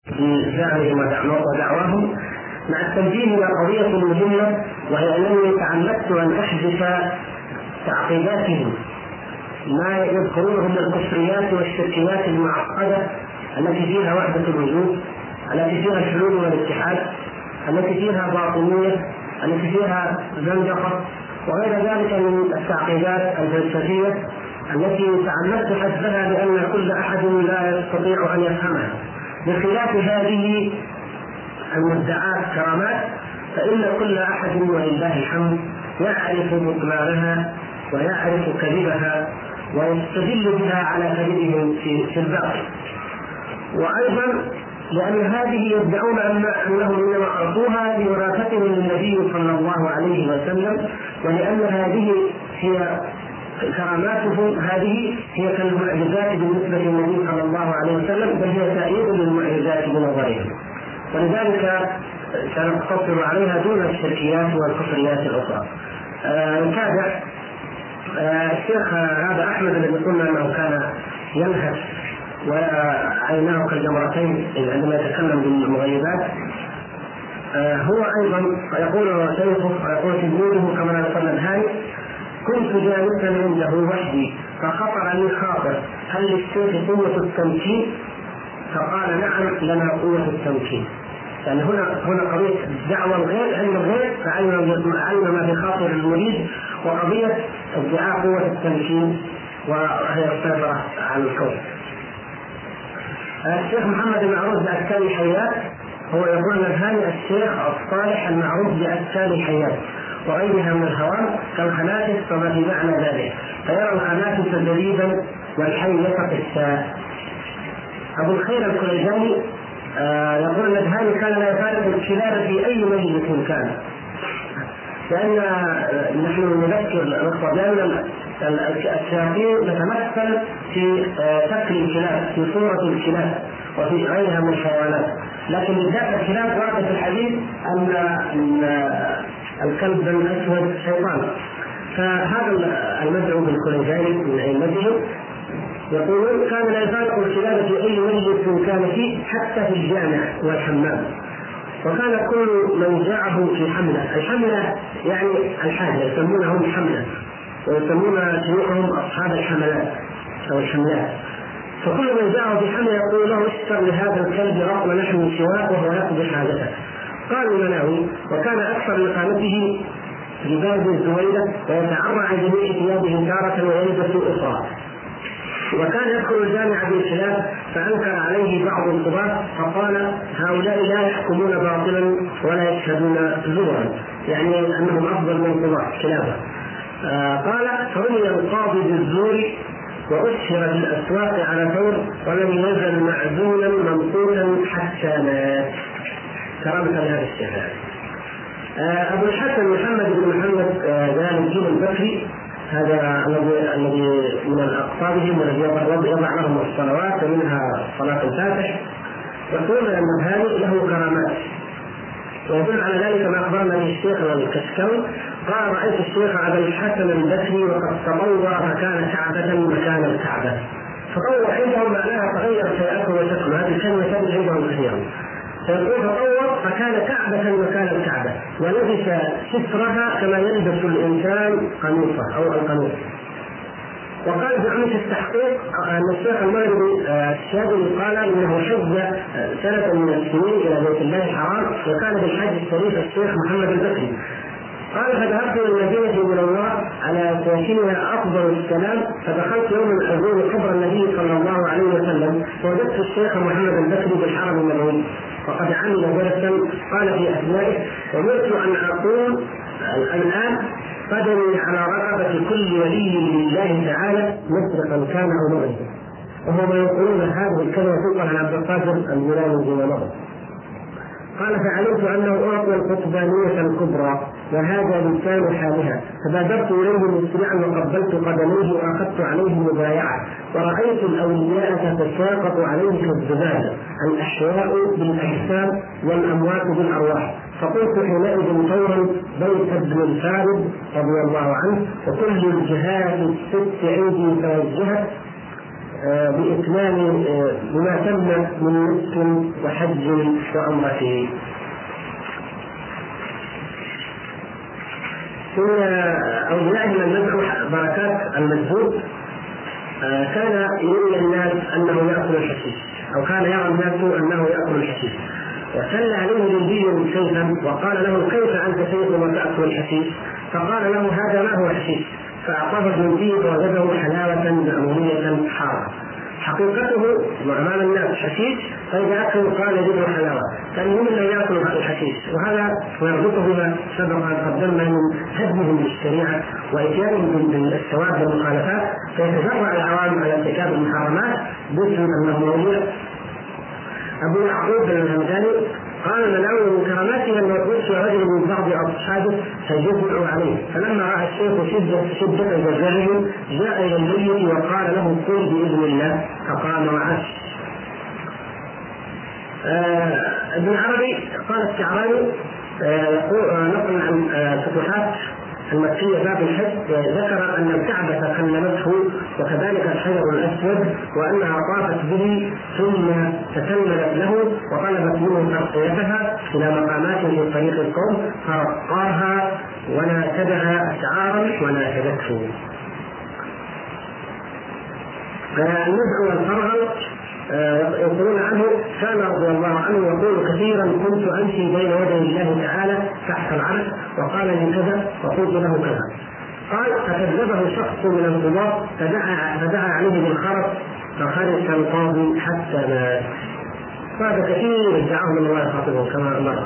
في زعمهم ودعواهم، مع التنبيه إلى قضية مهمة، وهي أنني تعمدت أن أحذف تعقيداتهم ما يذكرونه من الكفريات والشركيات المعقدة التي فيها وحدة الوجود، التي فيها الحلول والاتحاد، التي فيها باطنية، التي فيها زندقة، وغير ذلك من التعقيدات الفلسفية التي تعمدت حذفها لأن كل أحد لا يستطيع أن يفهمها. بخلاف هذه المدعاة كرامات فإن كل أحد ولله الحمد يعرف بطلانها ويعرف كذبها ويستدل بها على كذبهم في الباطل. وأيضا لأن هذه يدعون أنهم إنما أعطوها لوراثتهم للنبي صلى الله عليه وسلم، ولأن هذه هي كراماتهم، هذه هي كالمعجزات بالنسبة للنبي صلى الله عليه وسلم، بل هي تأييد للمعجزات بنظرهم، ولذلك سنقتصر عليها دون الشركيات والكفريات الأخرى. نتابع الشيخ هذا أحمد الذي قلنا أنه كان ينهج وعيناه كالجمرتين عندما يتكلم بالمغيبات، هو أيضا يقول شيخه ويقول تلميذه كما نقول الهاني: كنت جالسا عنده وحدي فخطر لي خاطر هل للشيخ قوة التمكين؟ فقال: نعم لنا قوة التمكين. يعني هنا قضية دعوة الغير عند الغير فعلم ما في خاطر المريد، وقضية ادعاء قوة التمكين وهي السيطرة على الكون. الشيخ محمد المعروف بأشكال الحياة هو يقول الهاني الشيخ الصالح المعروف بأشكال الحياة وغيرها من الهوام كالخنافس فما في معنى ذلك، فيرى الخنافس دليلا والحي يثق الشاء. أبو الخير الكليجاني يقول الهاني كان لا يفارق الكلاب في أي مجلس كان، لأن نحن نذكر الأخوة بأن الشياطين تتمثل في شكل الكلاب، في صورة الكلاب وفي غيرها من الحيوانات، لكن بالذات الكلاب ورد في الحديث أن الكلب الأسود شيطان. فهذا المدعو بالكليجاني من أئمتهم يقولون كان لا يفارق الكلاب في أي مجلس كان فيه حتى في الجامع والحمام، وكان كل من جاءه في حملة، الحملة يعني الحاجة يسمونهم حملة، ويسمون شيوخهم أصحاب الحملات أو الحملات، فكل من جاءه في حملة يقول له: اشتر لهذا الكلب رطل نحن سواك وهو يقضي حاجته. قال المناوي: وكان أكثر لقامته جبال الزويلة ويتعرى عن جميع ثيابه تارة ويلبس أخرى، وكان يدخل الجامع بالكلاب فأنكر عليه بعض القضاة فقال: هؤلاء لا يحكمون باطلا ولا يشهدون زورا، يعني أنهم أفضل من قضاة كلابا. قال: فرمي القاضي بالزور وأشهر في الأسواق على ثور ولم يزل معزولا ممقوتا حتى مات. كرامة لهذا الشهادة. أبو الحسن محمد بن محمد ذلك الدين البكري، هذا الذي من أقطابهم والذي يضع لهم الصلوات ومنها صلاة الفاتح، يقول أن الهاني له كرامات، ويدل على ذلك ما أخبرنا به الشيخ الكشكوي قال: رأيت الشيخ أبا الحسن البكري وقد تطور فكان كعبة مكان الكعبة. تطور عندهم معناها تغير شيئته وشكله، هذه الكلمة تجد عندهم كثيرا. فيقول تطور فكان كعبة مكان الكعبة ولبس سترها كما يلبس الإنسان قميصه أو القميص. وقال بعمق التحقيق أن الشيخ المغربي الشاذلي قال إنه حج سنة من السنين إلى بيت الله الحرام وكان بالحج الشريف الشيخ محمد البكري. قال: فذهبت إلى المدينة المنورة على ساكنها أفضل السلام، فدخلت يوما أزور قبر النبي صلى الله عليه وسلم فوجدت الشيخ محمد البكري بالحرم النبوي وقد عمل درسا. قال في أثنائه: أمرت أن أقول الآن قدمي على رقبة كل ولي لله تعالى مشرقا كان أو مغربا. وهم يقولون هذه الكلمة تنقل عن عبد القادر الجيلاني فيما مضى. قال: فعلمت أنه أعطي القطبانية الكبرى وهذا لسان حالها، فبادرت إليه مسرعا وقبلت قدميه وأخذت عليه مبايعة، ورأيت الأولياء تتساقط عليه كالذباب، الأحياء بالأجسام والأموات بالأرواح. فقلت حينئذ فورا: بيت ابن الفارد رضي الله عنه وكل الجهات الست عندي توجهت بإتمام بما تم من نسك وحج وعمرته. من أولياء من المدح بركات المجهود كان يري الناس أنه يأكل الحشيش، أو كان يرى الناس أنه يأكل الحشيش، وسل عليه جندي سيفا وقال له: كيف أنت سيف وتأكل الحشيش؟ فقال له: هذا ما هو حشيش. فأعطاه الجندي ووجده حلاوة مأمونية حارة، حقيقته أمام الناس حشيش، فإذا أكلوا قال يجده حلاوة، كان هم اللي يأكلوا الحشيش. وهذا يربطه بما سبق أن قدمنا من هدمهم للشريعة وإتيانهم بالثواب والمخالفات، فيتجرأ العوام على ارتكاب المحرمات باسم المأمونية. أبو يعقوب الهمداني قال: من أول كراماته أن يرسل رجل من بعض أصحابه فيجزع عليه، فلما رأى الشيخ شدة جزعه جاء إلى الميت وقال له: قل بإذن الله، فقام وعاش. ابن عربي قال الشعراني نقل عن فتوحات المكية باب الحج، ذكر أن الكعبة كلمته وكذلك الحجر الأسود، وأنها طافت به ثم تسلمت له وطلبت منه ترقيتها إلى مقامات في طريق القوم فرقاها وناشدها أشعارا وناشدته. النزع والفرغل يقولون عنه: كان رضي الله عنه يقول كثيرا: كنت امشي بين يدي الله تعالى تحت العرش وقال لي كذا وقلت له كذا. قال: فكذبه شخص من القضاة فدعا عليه بالخرس فخرس القاضي حتى مات. هذا كثير ادعاه من الله خاطبه كما مر.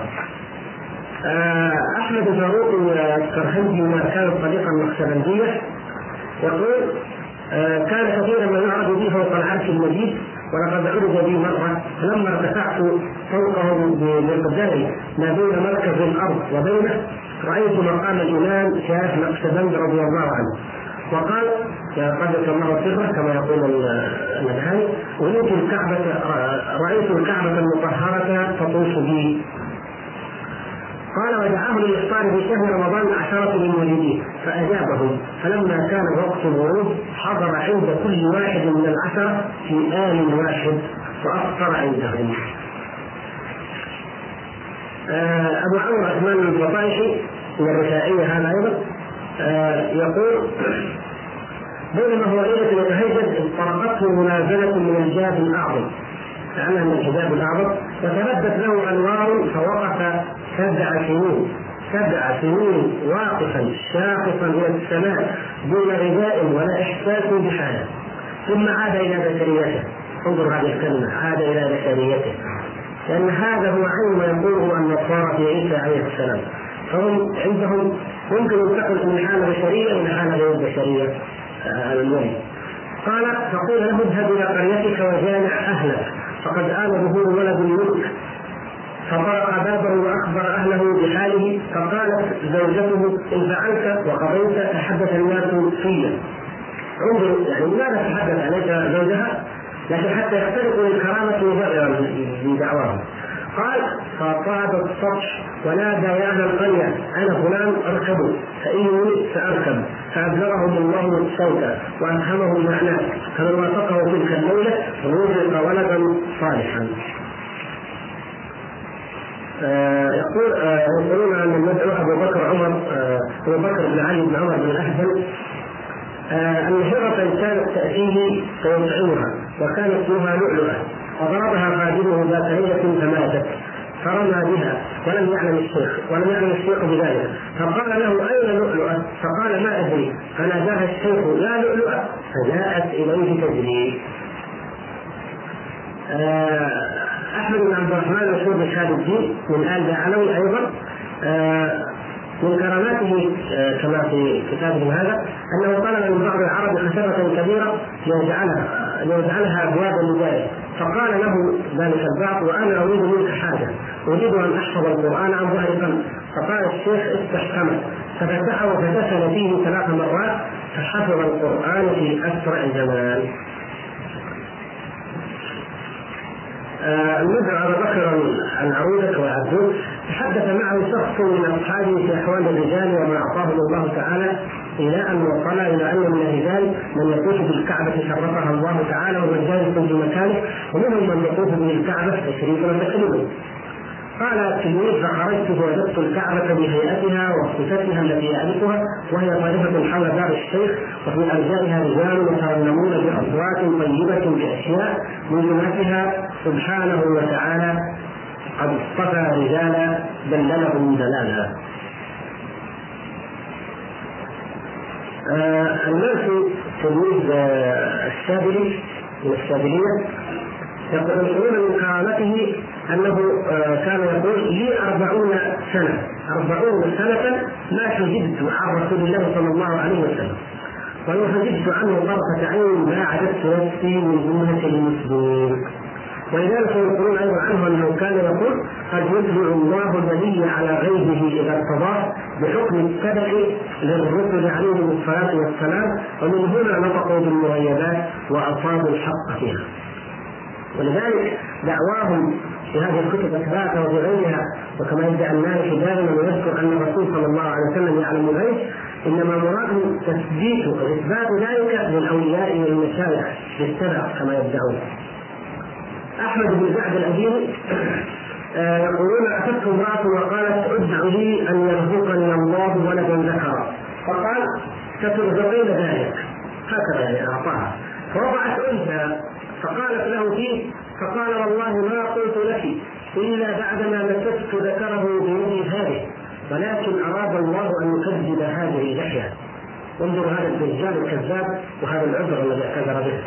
احمد الفاروق السرهندي ما كان طريقا نقشبنديه يقول: كان كثيرا ما يعرض به فوق العرش المجيد، ولقد عرض بي مرة فلما ارتفعت فوقه بمقدار ما بين مركز الأرض وبينه رأيت مقام الإمام شيخ نقشبند رضي الله عنه، وقال: قدس الله سره كما يقول المدهاني: رأيت الكعبة المطهرة تطوف بي. قال: ودعاه للإفطار في شهر رمضان 10 من والديه فأجابهم، فلما كان وقت الغروب حضر عند كل واحد من 10 في آن واحد وأفطر عندهم. أبو عمرو عثمان البطائحي من الرشائية هذا أيضا يقول: بينما هو ليلة يتهجد طرقته منازلة من الجاب الأعظم، لأنها من الحجاب الأعظم، وتردت له أنوار فوقف 7 سنين واقفا شاخصا إلى السماء دون غذاء ولا إحساس بحاله، ثم عاد إلى بشريته. انظر هذه الكلمة: عاد إلى بشريته، لأن هذا هو عين ما يقوله النصارى في عيسى عليه السلام، فهم عندهم ممكن ينتقل من حالة بشرية إلى حالة غير بشرية. قال: فقيل له: اذهب إلى قريتك وجامع أهلك فقد آن ظهور ولد الملك، فطرق بابه وأخبر أهله بحاله، فقالت زوجته: إن فعلت وقضيت تحدث الناس فيا. انظر يعني لماذا تحدث عليك زوجها؟ لكن حتى يختلفوا الكرامة بدعواهم. قال: فطاب السطح ونادى: يا أهل القرية أنا فلان اركبوا، فإني سأركب، فأبلغهم الله الصوت وأفهمهم معناه، فمن وافقه تلك الليلة رزق ولدا صالحا. يقولون أن المدعو أبو بكر بن علي بن عمر بن الأهبل أن هرة كانت تأتيه فيطعمها وكانت اسمها لؤلؤة، فضربها خادمه ذات ليلة فماتت، فرمى بها ولم يعلم الشيخ بذلك، فقال له: أين لؤلؤة؟ فقال: ما أدري، فناداها الشيخ: يا لؤلؤة، فجاءت إليه تجري. أحمد بن عبد الرحمن مشهور بشهاد الدين من آل علوي أيضا من كراماته كما في كتابه هذا أنه طلب من بعض العرب خشبة كبيرة ليجعلها أبوابا لذلك، فقال له ذلك البعض: وأنا أريد منك حاجة، أريد أن أحفظ القرآن عن ظهر قلب. فقال الشيخ: استحكمت، ففتحه وفتسل فيه 3 مرات فحفظ القرآن في أسرع زمان. المدعو أبو بكر العروضة والعبدون، تحدث معه شخص من أصحابه في أحوال الرجال وما أعطاهم الله تعالى، إلى أن وصل إلى أن من الرجال من يطوف بالكعبة شرفها الله تعالى ومن جالس في مكانه، ومنهم من يطوف بالكعبة تشريفا وتكريما. قال التلميذ: فخرجت فوجدت الكعبة بهيئتها وصفتها التي يعرفها، وهي طائفة حول دار الشيخ، وفي أرجائها رجال يترنمون بأصوات طيبة بأشياء من جملتها: سبحانه وتعالى قد اصطفى رجالا دللهم دلالا. المالكي تلميذ الشاذلي من الشاذلية يقولون من كرامته أنه كان يقول: لي 40 سنة ما حجبت عن رسول الله صلى الله عليه وسلم، ولو حجبت عنه طرفة عين ما عددت نفسي من جملة المسلمين. ولذلك يقولون أيضا عنه أنه كان يقول: قد يتبع الله الولي على غيبه إذا ارتضاه بحكم التبع للرسل عليهم الصلاة والسلام، ومن هنا نطقوا بالمغيبات وأصابوا الحق فيها. ولذلك دعواهم في هذه الكتب أثباتها وبغيرها، وكما يدعي المالكي دائما ويذكر أن الرسول صلى الله عليه وسلم يعلم الغيب، إنما مراده تثبيت وإثبات ذلك للأولياء والمشايخ بالتبع كما يدعون. أحمد بن سعد الأديني يقولون: أتته امرأة وقالت: ادع لي أن يرزقني الله ولدا ذكرا، فقال: سترزقين ذلك، هكذا أعطاها، فوضعت أنثى فقالت له فيه، فقال: والله ما قلت لك إلا بعدما مسكت ذكره بيدي هذه، ولكن أراد الله أن يكذب هذه اللحية. انظر هذا الدجال الكذاب وهذا العذر الذي اعتذر به.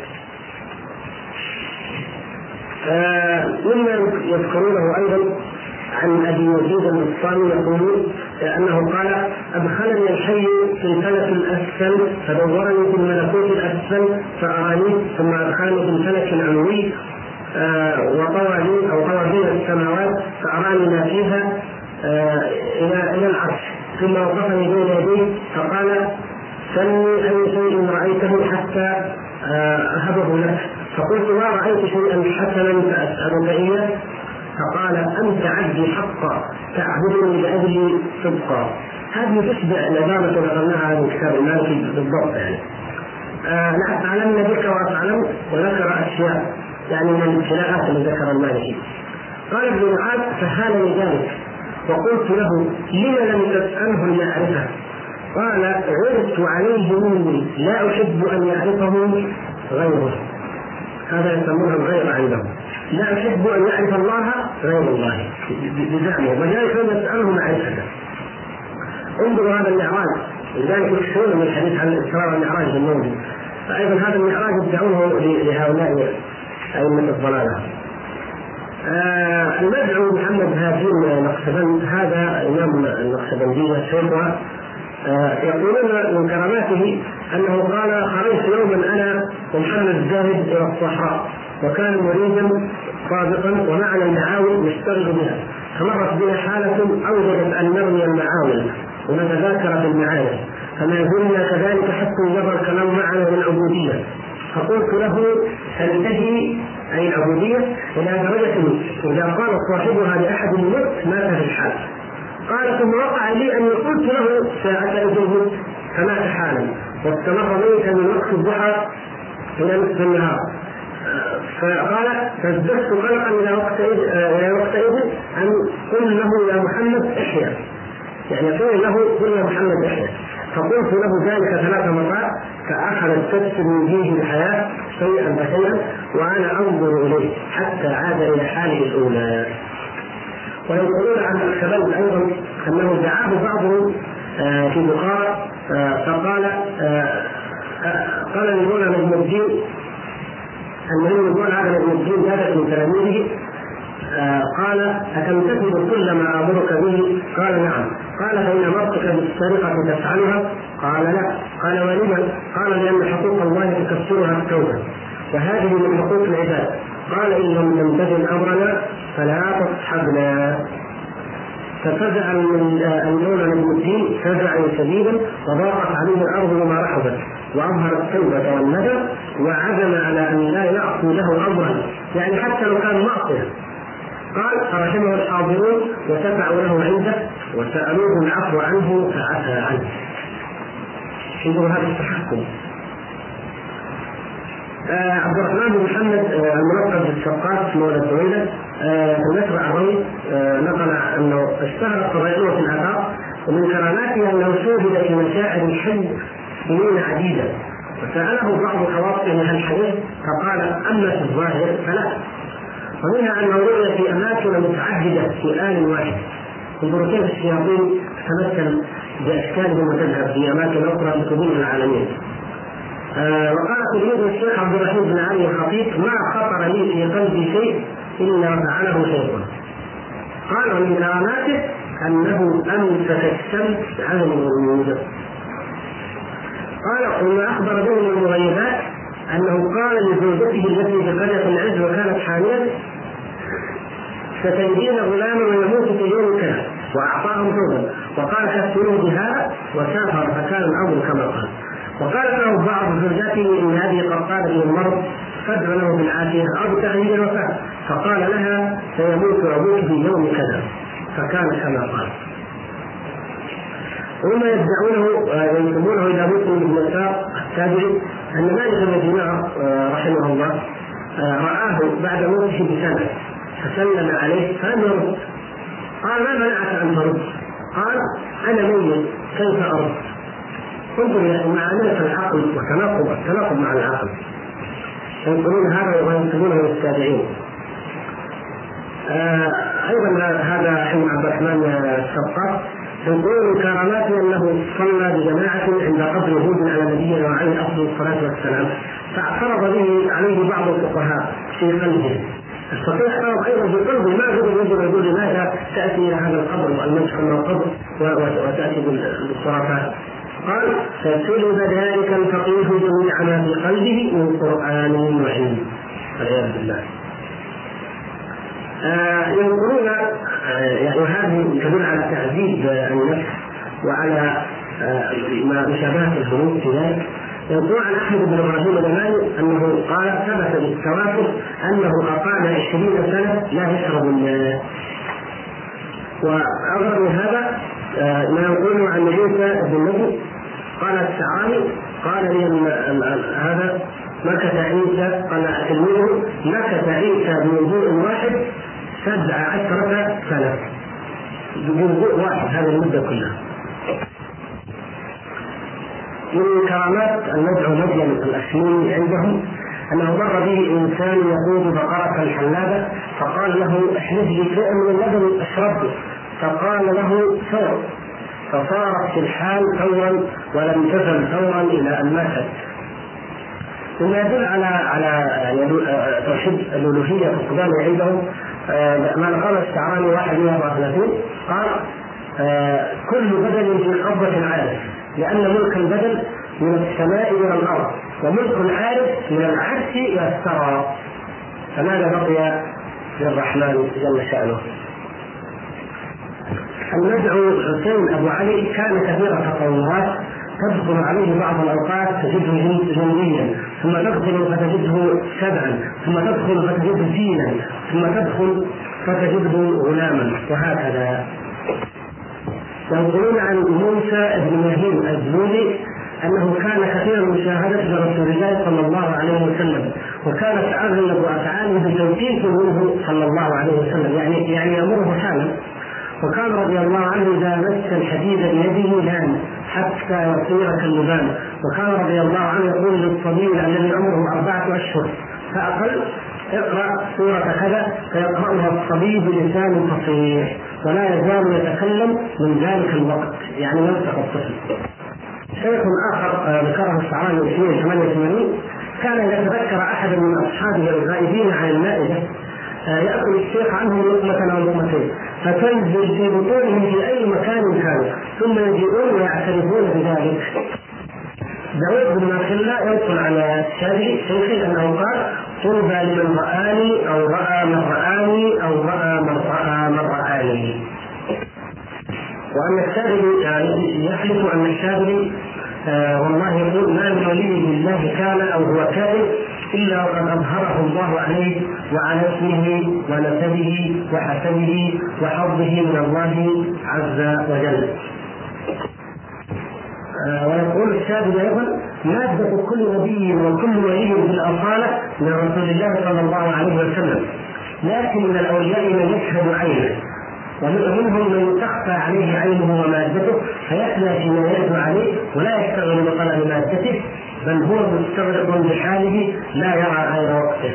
مما يذكرونه أيضا عن أبي يزيد البسطامي يقول أنه قال: أدخلني الحي في الفلك الأسفل فدورني في الملكوت الأسفل فأراني، ثم أدخلني في الفلك العلوي وطوى لي أو طوى بين السماوات فأراني ما فيها إلى العرش، ثم وقفني بين يديه فقال: سلني أي شيء رأيته حتى أهبه لك، فقلت: ما رأيت شيئا حسنا فأسألك إياه، فقال: أنت عبدي حقا تعبدني لأجلي صدقا. هذه تشبه العبارة نقلناها عن كتاب المالكي بالضبط. يعني أعلمنا بك وأفعلم، وذكر أشياء يعني من الابتلاءات التي ذكر المالكي. قال ابن معاذ: فهالني ذلك وقلت له: لم لم تسأله ليعرفه؟ قال: عرضت عليه مني لا أحب أن يعرفه غيره. هذا يسمونه الغير عندهم، لا أحب أن يعرف الله غير الله بزعمه، وذلك يسأله معرفته. انظروا هذا المعراج، لذلك يكثرون من الحديث عن الإسراء والمعراج بالنوم، فأيضا هذا المعراج يدعونه لهؤلاء أئمة الضلالة. المدعو محمد هاشم النقشبندي، هذا إمام النقشبندية شيخها، يقولون من كراماته أنه قال: خرجت يوما أنا ومحمد الزاهد إلى الصحراء، وكان مريدا صادقا ومعنا المعاول نشتغل بها، فمرت بنا حالة أوجدت أن نرمي المعاول ونتذاكر في المعايا، فما زلنا كذلك حتى يظهر كلام معنا بالعبودية، فقلت له: تنتهي أي العبودية إلى درجة إذا قال صاحبها لأحد الموت مات في الحال. قال: ثم وقع لي أن قلت له ساعة إذن فمات حالا، واستمر ميتا من وقت الضحى إلى نصف النهار. فقال: فازددت قلقا إلى وقتئذ أن قل له يا محمد احيا، يعني قل له قل يا محمد احيا. فقلت له ذلك 3 مرات، فأخذت تكسر من جيش الحياة شيئا فشيئا وأنا أنظر إليه حتى عاد إلى حاله الأولى. ويقولون عن الشباب أيضا أنه دعاه بعضهم في بخارى فقال: قال لمولى نجم الدين، المهم يقول هذا نجم الدين ذلك من تلاميذه، قال: أتمتثل كل ما أمرك به؟ قال: نعم. قال: فإن أمرتك بالسرقة تفعلها؟ قال: لا. قال: ولما؟ قال: لأن حقوق الله تكسرها التوبة، وهذه من حقوق العباد. قال: إن لم تمتثل أمرنا فلا تصحبنا. ففزع المولى نجم الدين فزعا شديدا، وضاقت عليه الأرض وما رحبت، وأظهر التوبة والندم، وعزم على أن لا يعصي له أمرا، يعني حتى لو كان معصية قال: فرحمه الحاضرون وشفعوا له عنده وسألوه العفو عنه فعفى عنه. انظروا هذا التحكم. عبد الرحمن بن محمد الملقب بالشقاق مولى الدويلة في النشر العربي نقل انه اشتهر الطبيعية في الآفاق، ومن كراماته انه شوهد في مشاعر الحي سنين عديدة، وسأله بعض خواصه من الحديث فقال: اما في الظاهر فلا. ومنها انه رؤي في اماكن متعددة في آن واحد. انظروا كيف الشياطين تتمثل باشكالهم وتذهب في اماكن اخرى في كل العالمين. وقال تلميذ الشيخ عبد الرحيم بن علي الخطيب: ما خطر لي في قلبي شيء الا فعله شيطان. قال: ومن كراماته انه امسك الشمس عن الوجود. قال: وما اخبر به من المغيبات انه قال لزوجته التي بقرية العز وكانت حاملا: ستجدين غلاما ويموت في يوم كذا، واعطاهم ثوبا وقال: كفنوه بهذا، وسافر فكان الامر كما قال. وقال له بعض زوجاته: ان هذه قد قال به المرض فادع له بالعافيه او تغيير الوفاه، فقال لها: سيموت ابوك في يوم كذا، فكان كما قال. وما يدعونه وينسبونه الى مسلم بن يسار التابعي ان مالك بن دينار رحمه الله رآه بعد موته بسنه فسلم عليه فلم يرد. قال: ما منعك ان ترد؟ قال: انا ميت كيف ارد؟ انظر مع عملة العقل والتناقض مع العقل. ينقلون هذا وينسبونه للتابعين. ايضا هذا حين عبد الرحمن الشقاق يقول من كراماته انه صلى بجماعه عند قبر هود على نبينا وعليه افضل الصلاه والسلام، فاعترض به عليه بعض الفقهاء في قلبه. الصحيح اعترض ايضا في قلبه: ما يجب يقول لماذا تاتي الى هذا القبر والمسح من القبر وتاتي بالخرافات؟ قال: فسلب ذلك الفقيه جميع ما في قلبه من قرآن وعلم، والعياذ بالله. يقولون يعني هذه تدل على تعذيب النفس وعلى مشابهة الهروب في ذلك. يقول عن احمد بن ابراهيم اليماني انه قال: ثبت بالتواتر انه اقام 20 سنة لا يشرب الماء. واغرب من هذا ما يقول عن عيسى بن نبي قال الشعراني: قال لي هذا مكث عيسى، قال تلميذه: مكث عيسى بوضوء واحد 17 سنة، بوضوء واحد هذه المدة كلها. من كرامات المدعو مدين الأشموني عندهم أنه مر به إنسان يقود بقرة الحلابة فقال له: احلب لي شيئا من اللبن أشربه، فقال له: ثور، فصارت في الحال ثورا ولم تزل ثورا إلى أن ماتت. ثم يدل على توحيد الألوهية في القدامى عندهم ما نقل الشعراني 134 قال: كل بدل في قبضة العارف، لأن ملك البدل من السماء إلى الأرض، وملك العارف من العرش إلى الثرى، فماذا بقي للرحمن جل شأنه؟ المدعو حسين أبو علي كان كثير التطورات، تدخل عليه بعض الأوقات تجده جنويا، ثم تدخل فتجده سبعا، ثم تدخل فتجده فيلا، ثم تدخل فتجده غلاما، وهكذا. يقولون عن موسى بن مهين الزولي أنه كان كثيرا مشاهدة لرسول الله صلى الله عليه وسلم، وكانت أغلب أفعاله بتوقيف منه صلى الله عليه وسلم، يعني يأمره حالا. وكان رضي الله عنه إذا مس الحديد بيده لان حتى يصير كاللبان. وكان رضي الله عنه يقول للصبي الذي عمره 4 أشهر فأقل: اقرأ سورة كذا، فيقرأها الصبي بلسان فصيح ولا يزال يتكلم من ذلك الوقت، يعني ينطق الطفل. شيخ آخر ذكره الشعراني في 88 كان يتذكر أحد من أصحابه الغائبين عن المائدة يأكل الشيخ عنهم لقمة أو لقمتين فتنزل في بطونهم في أي مكان كانوا، ثم يجيئون ويعترفون بذلك. داود بن مخلة ينقل على الشافعي شيخي أنه قال: طوبى لمن رآني أو رأى من رآني أو رأى من رأى من رآني. وأن الشافعي يحلف أن الشافعي والله يقول: ما من ولي بالله كان أو هو كائن إلا وقد أظهره الله عليه وعلى اسمه ونسبه وحسبه وحظه من الله عز وجل. ويقول الشاذلي أيضا: مادة كل نبي وكل ولي في الأصالة من رسول الله صلى الله عليه وسلم، لكن من الأولياء من يشهد عينه، ومنهم من تخفى عليه عينه ومادته فيحلى فيما يجب عليه ولا يشتغل بطلب مادته، بل هو مستغرق بحاله لا يرى غير وقته.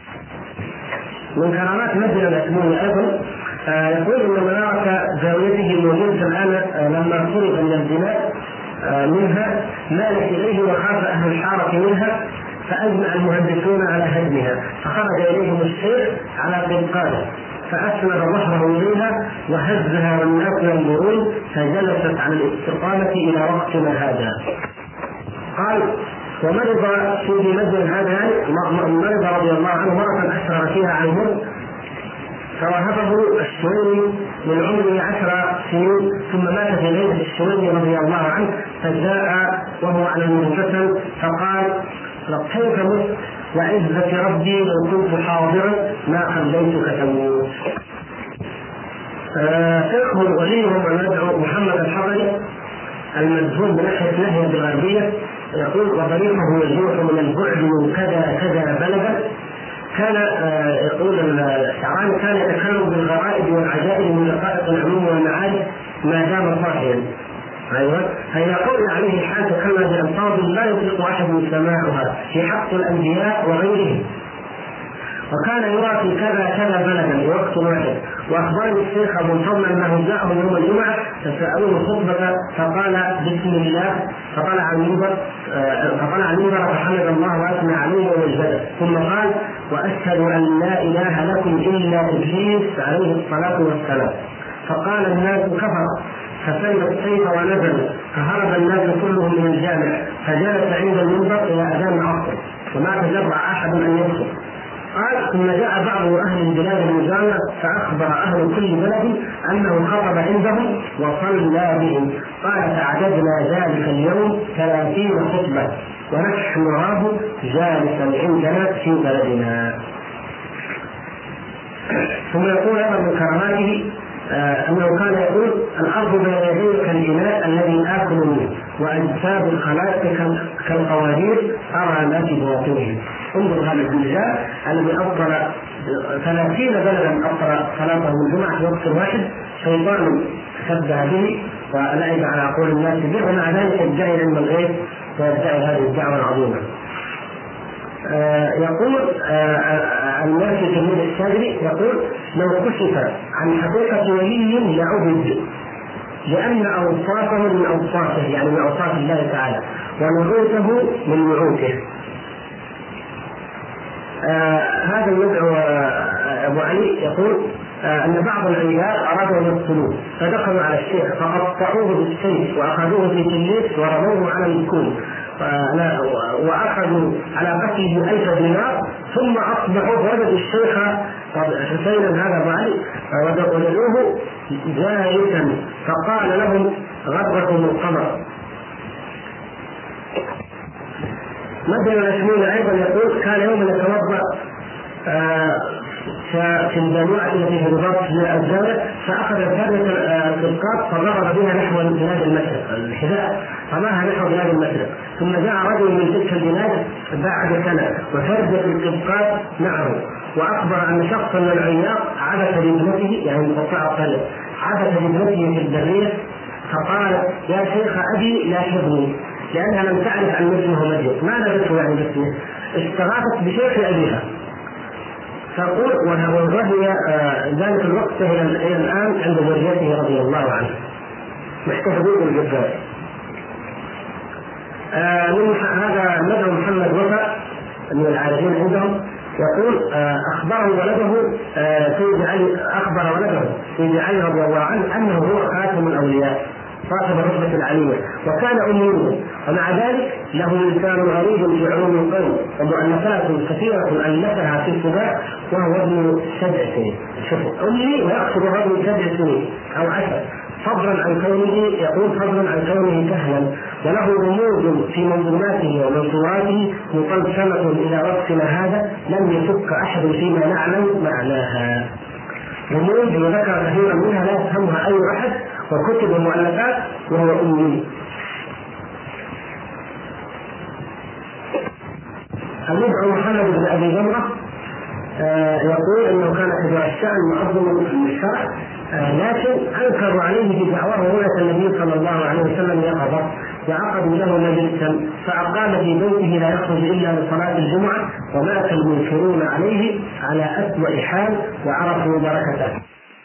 من كرامات مجد الأسمون أيضا يقول ان منارة زاويته موجودة الآن لما فرغ من البناء منها مالت إليه وخاف أهل الحارة منها فأجمع المهندسون على هدمها، فخرج إليهم الشيخ على قنقاله فأسند ظهره إليها وهزها والناس ينظرون فجلست على الاستقامة إلى وقتنا هذا. قال: ومرض في مجد هذا مرض رضي الله عنه مرة أشرع فيها عن مرض فوهبه الشويني من عمره 10 سنين، ثم مات في ليلة الشويني رضي الله عنه، فجاء وهو على المنفصل فقال: كيف مت وعزة ربي لو كنت حاضرا ما خليتك تموت. شيخهم وليهم المدعو محمد الحضري المدفون بناحية ناحية بالغربية يقول: وطريقه يجوح من البعد من كذا كذا بلدا. كان يقول الشعراني كان يتكلم بالغرائب والعجائب من دقائق العلوم والمعارف ما دام صاحيا. ايوه، فاذا قلنا عليه الحال تكلم بألفاظ لا يطلق احد سماعها في حق الانبياء وغيرهم. وكان يرى في كذا كذا بلدا في وقت واحد. واخبرني الشيخ ابو الفضل انه جاءه يوم الجمعه فسالوه خطبه فقال بسم الله فطلع على المنبر فحمد الله واثنى عليه ومجده، ثم قال: واشهد ان لا اله لكم الا ابليس عليه الصلاه والسلام. فقال الناس: كفر. فسلم السيف ونزل فهرب الناس كلهم من الجامع فجلس عند المنبر الى اذان العصر وما تجرع احد ان يدخل. قال: ثم جاء بعض اهل البلاد المجاوره فاخبر اهل كل بلد انه خطب عندهم وصلى بهم. قال: فعددنا ذلك اليوم 30 خطبه ونحن نراه جالسا عندنا في بلدنا. ثم يقول ايضا من كراماته انه كان يقول: الارض بين يدي كالاناء الذي اكل منه واجساد الخلائق كالقوارير ارى ما في بواطنه. انظر هذا الرجال الذي افضل 30 بلدا افضل صلاته الجمعه في وقت واحد، شيطان شبه به ولعب على عقول الناس به، ومع ذلك يدعي علم الغيب ويدعي هذه الدعوه العظيمه. يقول المرشد تلميذ الشاذلي يقول: لو كشف عن حقيقة ولي لعبد، لأن أوصافه من أوصافه يعني من أوصاف الله تعالى ونعوته من نعوته. هذا المدعو أبو علي يقول أن بعض العيال أرادوا أن يقتلوه فدخلوا على الشيخ فقطعوه بالسيف وأخذوه في تليس ورموه على الكون وأخذوا على قتله 1000 دينار، ثم أصبحوا وجدوا الشيخ حسينا هذا أبو علي وجدوه جالسا فقال لهم: غركم القمر. مدن الأشمون أيضا يقول: كان يوم يتوضأ في الجامعة التي في رباط الزاوية فأخذ فردة القبقاب فضرب بها نحو بلاد المشرق، الحذاء رماها نحو بلاد المشرق، ثم جاء رجل من تلك البلاد بعد سنة وفردة القبقاب معه، وأخبر أن شخصا من العياق عبث بابنته يعني مقطع الطريق عبث بابنته في البرية فقال: يا شيخ أبي لا حبني، لأنها لم تعرف أن اسمه مجد. ما نبته يعني باسمه، استغاثت بشيخ أبيها. تقول: وهي ذلك الوقت إلى الآن عند زوجته رضي الله عنه محتفظين بالجدار. هذا مدعو محمد وفاء من العارفين عندهم يقول: أخبر ولده سيدي علي رضي الله عنه أنه هو خاتم الأولياء صاحب الرتبة العلية، وكان أميا، ومع ذلك له لسان غريب في علوم القوم ومؤلفات كثيرة ألفها في السباع وهو ابن 7 سنين. شوفوا، أمي ويقصد ابن 7 سنين أو 10، فضلا عن كونه يقول فضلا عن كونه كهلا، وله رموز في منظوماته ومنصوراته مقسمة إلى وقتنا هذا لم يفك أحد فيما نعلم معناها. رموز وذكر كثيرا منها لا يفهمها أي أحد، وكتب ومؤلفات وهو أمي. المدعو محمد بن أبي جمرة يقول انه كان كبير الشأن معظما في الشرع، لكن انكروا عليه بدعواه رؤية النبي صلى الله عليه وسلم يقظة، وعقدوا له مجلسا فأقام في بيته لا يخرج الا لصلاة الجمعة، ومات المنكرون عليه على أسوأ حال وعرفوا بركته.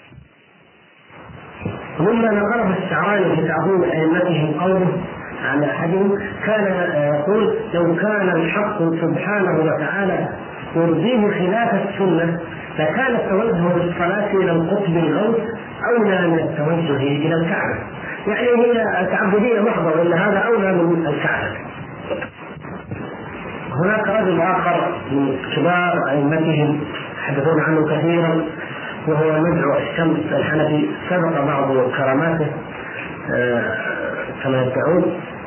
مما نقله الشعراني في تعظيم ائمتهم قوله عن احدهم كان يقول لو كان الحق سبحانه وتعالى يرضيه خلاف السنة فكان التوجه بالصلاة إلى القطب الغوث أولى من التوجه إلى الكعبة، يعني هي تعبدية محضة، وإلا هذا أولى من الكعبة. هناك رجل آخر من كبار أئمتهم يحدثون عنه كثيرا وهو مدعو الشمس الحنفي، سبق بعض كراماته كما يدعون،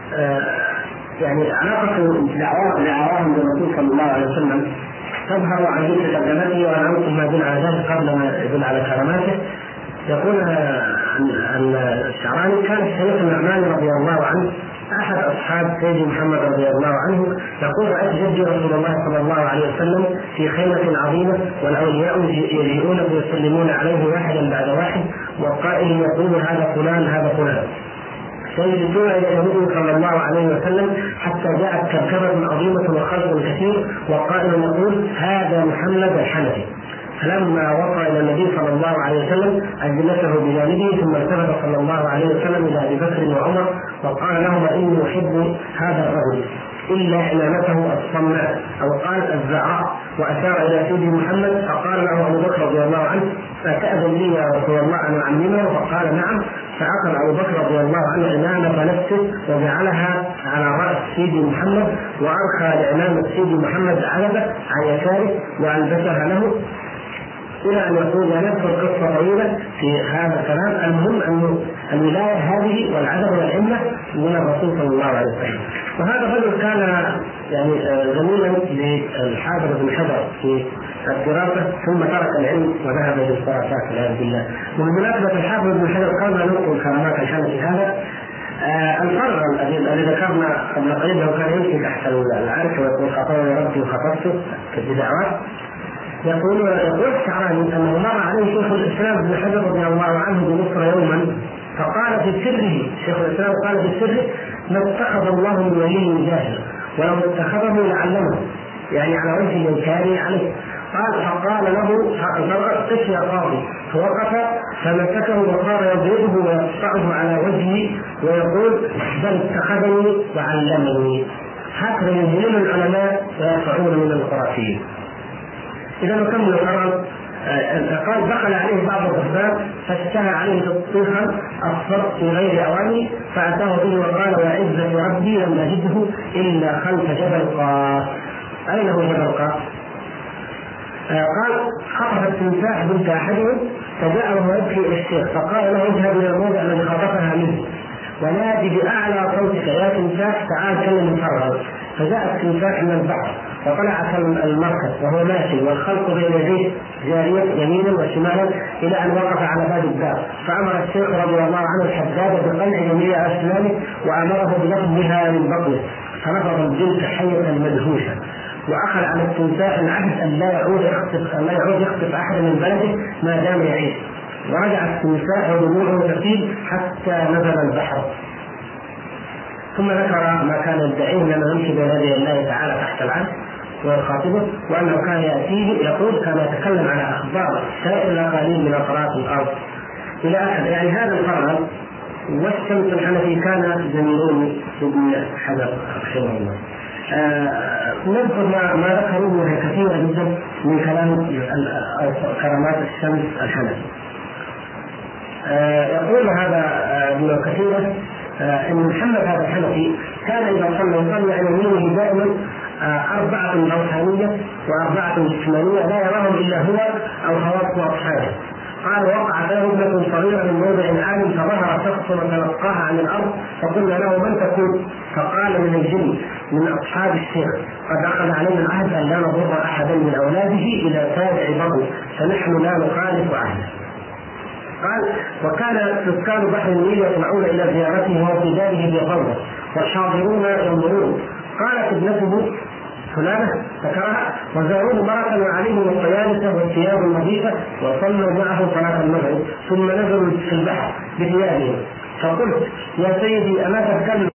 يعني علاقة دعواهم بالرسول صلى الله عليه وسلم تظهر عن ذكر ترجمته، وانا انقل ما يدل على ذلك قبل ما يدل على كراماته. يقول ان الشعراني كان الشيخ النعمان رضي الله عنه احد اصحاب سيدي محمد رضي الله عنه، يقول رايت جدي رسول الله صلى الله عليه وسلم في خيمه عظيمه والاولياء يجيئون ويسلمون عليه واحدا بعد واحد، والقائل يقول هذا فلان هذا فلان، فيجلسون الى النبي صلى الله عليه وسلم حتى جاءت كركبه عظيمه وخلق كثير، وقائل يقول هذا محمد الحنفي. فلما وصل الى النبي صلى الله عليه وسلم اجلسه بجانبه، ثم التفت صلى الله عليه وسلم الى ابي بكر وعمر وقال لهما اني احب هذا الرجل الا عمامته الصماء، او قال الزعراء، واشار الى سيدي محمد فقال له ابو بكر رضي الله عنه اتاذن لي يا رسول الله ان اعممه؟ فقال نعم. فأخذ أبو بكر رضي الله عنه عمامة نفسه وجعلها على رأس سيدي محمد، وأرخى لعمامة سيدي محمد علبة عن يساره وألبسها له، إلى أن يقول نذكر قصة طويلة في هذا الكلام. المهم أن الولاية هذه والعدد والعلة من الرسول صلى الله عليه وسلم. وهذا الرجل كان يعني زميلا للحافظ بن حجر في الدراسة، ثم ترك العلم وذهب إلى الخرافات والعياذ بالله. وبمناسبة الحافظ بن حجر قبل ننقل كرامات الحنفي هذا الفرق الذي ذكرنا قبل قليل لو كان يمشي تحت العرش ويقول خطأني ربي وخطأته كالبدعوات، يقول الشعراني انه مر عليه شيخ الاسلام ابن حجر رضي الله عنه بمصر يوما، فقال في سره، شيخ الاسلام قال في سره ما اتخذ الله من ولي جاهل، ولو اتخذه لعلمه، يعني على وجه الانكار عليه. فقال له قف يا قاضي، فوقف فمسكه وصار يضربه ويقطعه على وجهه ويقول بل اتخذني وعلمني. هكذا يجهلون العلماء ويرفعون من الخرافيين. إذا نكمل القرآن. قال دخل عليه بعض الرهبان فاشتهى عليه تطبيخا أصفر في غير أواني، فأتاه به وقال وعزة ربي لم أجده إلا خلف جبل قاف. أين هو جبل قاف؟ قال خطف التمساح بنت أحدهم فجاء وهو يبكي إلى الشيخ، فقال له اذهب إلى الموضع الذي خطفها منه ونادي بأعلى صوتك يا تمساح تعال كلم الفرغ. فجاء التمساح من البحر وطلع المركب وهو ماشي والخلق بين يديه جارية يمينا وشمالا إلى أن وقف على باب الدار، فأمر الشيخ رضي الله عنه الحداد بقلع جميع أسنانه وأمره بلفظها من بطنه، فنفض الجلد حية مدهوشة، وأخذ على التمساح العهد أن لا يعود يخطف أحد من بلده ما دام يعيش. ورجع التمساح ودموعه تسيل حتى نزل البحر. ثم ذكر ما كان يدعيه لما يمشي بين يدي الله تعالى تحت العرش ويخاطبه، وانه كان ياتيه يقول كان يتكلم على اخبار سائر الاقاليم من اطراف الارض الى اخر. يعني هذا الفرق والشمس الحنفي كان زميلون ابن حجر رحمه الله. نذكر ما ذكروه وهي كثيره جدا من كلام كرامات الشمس الحنفي. يقول هذا ابن كثير ان محمد هذا الحنفي كان اذا صلى على يمينه دائما 4 روحانيه و4 جسمانيه لا يراهم الا هو او خواص اصحابه. قال وقعت له ابنة صغيرة من موضع عام فظهر شخص وتلقاها عن الأرض فقلنا له من تكون؟ فقال من الجن من أصحاب الشيخ قد أخذ علينا العهد أن لا نضر أحدا من أولاده إلى تابع بطن فنحن لا نخالف عهده. قال وكان سكان بحر النيل يطلعون إلى زيارته وهو في داره بفوضى والحاضرون ينظرون. قالت ابنته فلانة ذكرها وزاروه مرة وعليهم الطيالسة والثياب النظيفة وصلوا معه صلاة المغرب ثم نزلوا في البحر بثيابهم. فقلت يا سيدي ألا تتكلم